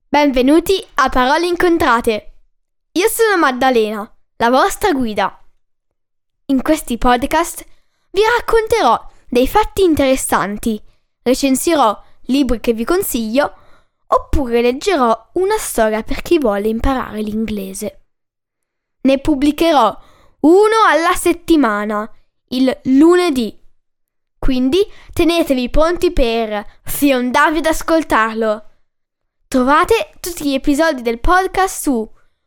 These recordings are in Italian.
Benvenuti a Parole Incontrate. Io sono Maddalena, la vostra guida. In questi podcast vi racconterò dei fatti interessanti, recensirò libri che vi consiglio, oppure leggerò una storia per chi vuole imparare l'inglese. Ne pubblicherò uno alla settimana, il lunedì. Quindi tenetevi pronti per fiondarvi ad ascoltarlo. Trovate tutti gli episodi del podcast su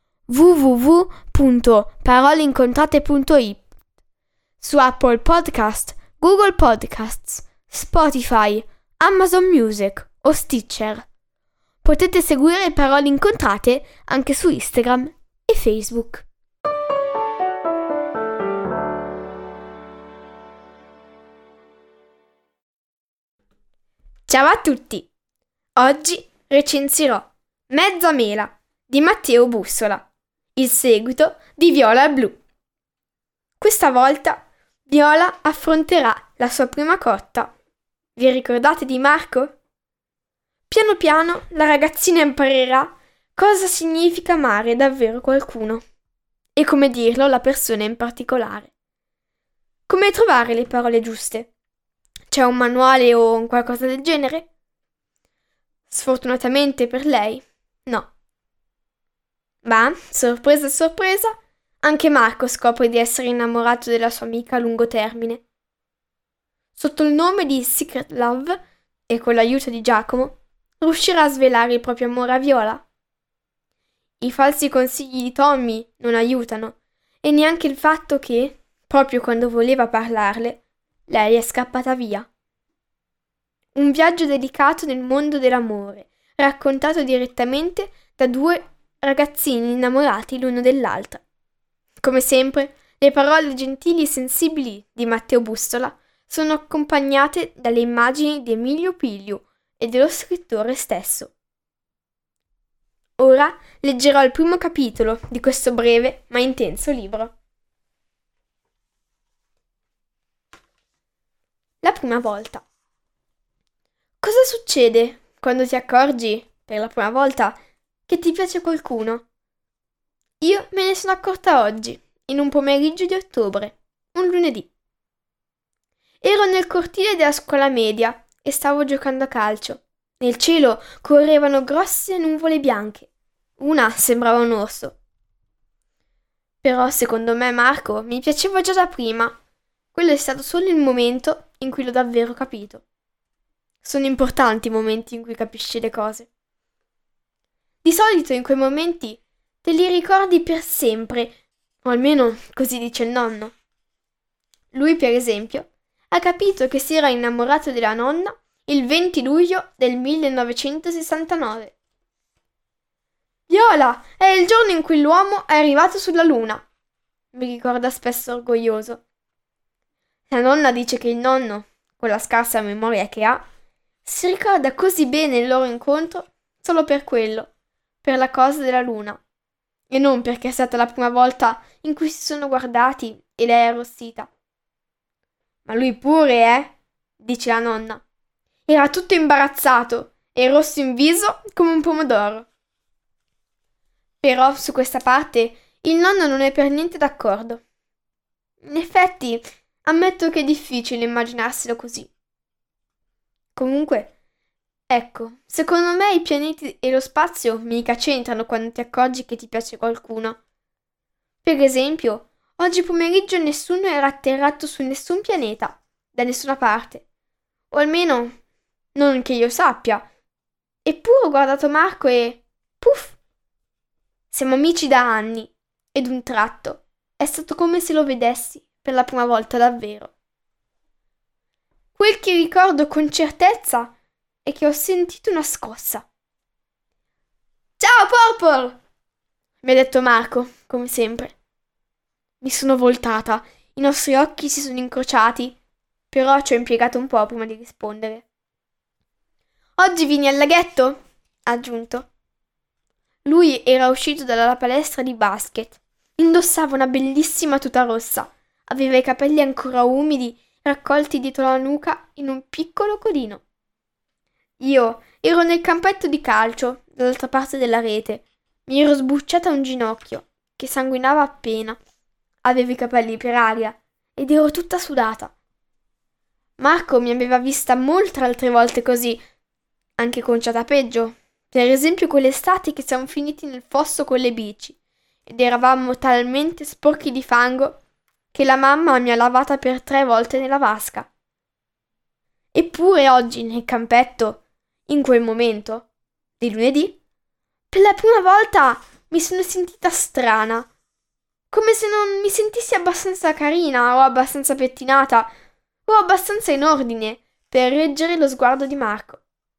www.paroleincontrate.it, su Apple Podcast, Google Podcasts, Spotify, Amazon Music o Stitcher. Potete seguire Parole Incontrate anche su Instagram e Facebook. Ciao a tutti! Oggi recensirò Mezza mela di Matteo Bussola, il seguito di Viola al blu. Questa volta Viola affronterà la sua prima cotta. Vi ricordate di Marco? Piano piano la ragazzina imparerà cosa significa amare davvero qualcuno e come dirlo alla persona in particolare. Come trovare le parole giuste? C'è un manuale o un qualcosa del genere? Sfortunatamente per lei, no. Ma, sorpresa sorpresa, anche Marco scopre di essere innamorato della sua amica a lungo termine. Sotto il nome di Secret Love e con l'aiuto di Giacomo, riuscirà a svelare il proprio amore a Viola. I falsi consigli di Tommy non aiutano e neanche il fatto che, proprio quando voleva parlarle, lei è scappata via. Un viaggio delicato nel mondo dell'amore, raccontato direttamente da due ragazzini innamorati l'uno dell'altra. Come sempre, le parole gentili e sensibili di Matteo Bussola sono accompagnate dalle immagini di Emilio Pigliu e dello scrittore stesso. Ora leggerò il primo capitolo di questo breve ma intenso libro. La prima volta. Cosa succede quando ti accorgi, per la prima volta, che ti piace qualcuno? Io me ne sono accorta oggi, in un pomeriggio di ottobre, un lunedì. Ero nel cortile della scuola media e stavo giocando a calcio. Nel cielo correvano grosse nuvole bianche. Una sembrava un orso. Però, secondo me, Marco mi piaceva già da prima. Quello è stato solo il momento in cui l'ho davvero capito. Sono importanti i momenti in cui capisci le cose. Di solito in quei momenti te li ricordi per sempre, o almeno così dice il nonno. Lui, per esempio, ha capito che si era innamorato della nonna il 20 luglio del 1969. Viola, è il giorno in cui l'uomo è arrivato sulla luna, mi ricorda spesso orgoglioso. La nonna dice che il nonno, con la scarsa memoria che ha, si ricorda così bene il loro incontro solo per quello, per la cosa della luna, e non perché è stata la prima volta in cui si sono guardati e lei è arrossita. Ma lui pure, dice la nonna. Era tutto imbarazzato e rosso in viso come un pomodoro. Però su questa parte il nonno non è per niente d'accordo. In effetti, ammetto che è difficile immaginarselo così. Comunque, ecco, secondo me i pianeti e lo spazio mica c'entrano quando ti accorgi che ti piace qualcuno. Per esempio, oggi pomeriggio nessuno era atterrato su nessun pianeta, da nessuna parte. O almeno, non che io sappia. Eppure ho guardato Marco e... puff! Siamo amici da anni, e d'un tratto è stato come se lo vedessi per la prima volta davvero. Quel che ricordo con certezza è che ho sentito una scossa. Ciao, Purple! Mi ha detto Marco, come sempre. Mi sono voltata, i nostri occhi si sono incrociati, però ci ho impiegato un po' prima di rispondere. Oggi vieni al laghetto? Ha aggiunto. Lui era uscito dalla palestra di basket. Indossava una bellissima tuta rossa, aveva i capelli ancora umidi raccolti dietro la nuca in un piccolo codino. Io ero nel campetto di calcio, dall'altra parte della rete. Mi ero sbucciata un ginocchio, che sanguinava appena. Avevo i capelli per aria ed ero tutta sudata. Marco mi aveva vista molte altre volte così, anche conciata peggio. Per esempio quell'estate che siamo finiti nel fosso con le bici ed eravamo talmente sporchi di fango che la mamma mi ha lavata per 3 volte nella vasca. Eppure oggi nel campetto, in quel momento, di lunedì, per la prima volta mi sono sentita strana, come se non mi sentissi abbastanza carina o abbastanza pettinata o abbastanza in ordine per reggere lo sguardo di Marco.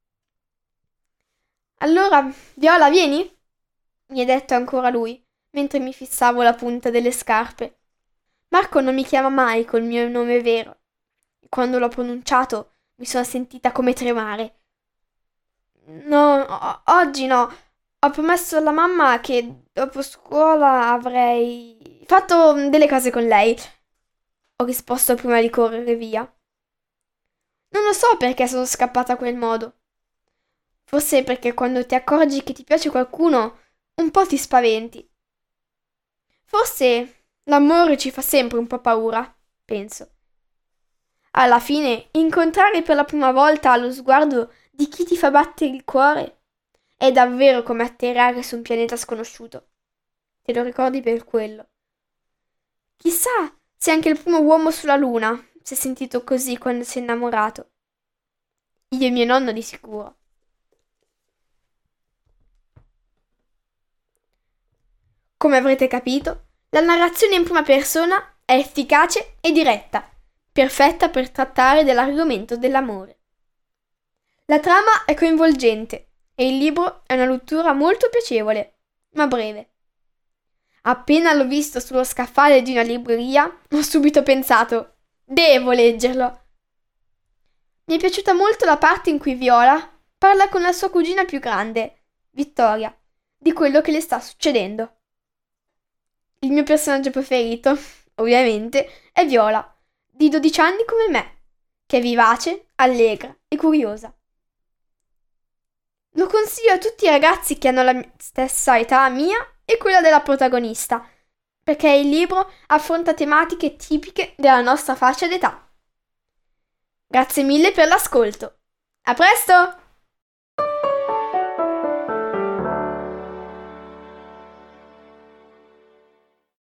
Allora, Viola, vieni? Mi ha detto ancora lui, mentre mi fissavo la punta delle scarpe. Marco non mi chiama mai col mio nome vero. E quando l'ho pronunciato mi sono sentita come tremare. No, oggi no. Ho promesso alla mamma che dopo scuola avrei fatto delle cose con lei. Ho risposto prima di correre via. Non lo so perché sono scappata a quel modo. Forse perché quando ti accorgi che ti piace qualcuno, un po' ti spaventi. Forse l'amore ci fa sempre un po' paura, penso. Alla fine, incontrare per la prima volta lo sguardo di chi ti fa battere il cuore è davvero come atterrare su un pianeta sconosciuto. Te lo ricordi per quello? Chissà se anche il primo uomo sulla Luna si è sentito così quando si è innamorato. Io e mio nonno di sicuro. Come avrete capito, la narrazione in prima persona è efficace e diretta, perfetta per trattare dell'argomento dell'amore. La trama è coinvolgente e il libro è una lettura molto piacevole, ma breve. Appena l'ho visto sullo scaffale di una libreria, ho subito pensato: devo leggerlo. Mi è piaciuta molto la parte in cui Viola parla con la sua cugina più grande, Vittoria, di quello che le sta succedendo. Il mio personaggio preferito, ovviamente, è Viola, di 12 anni come me, che è vivace, allegra e curiosa. Lo consiglio a tutti i ragazzi che hanno la stessa età mia e quella della protagonista, perché il libro affronta tematiche tipiche della nostra fascia d'età. Grazie mille per l'ascolto. A presto!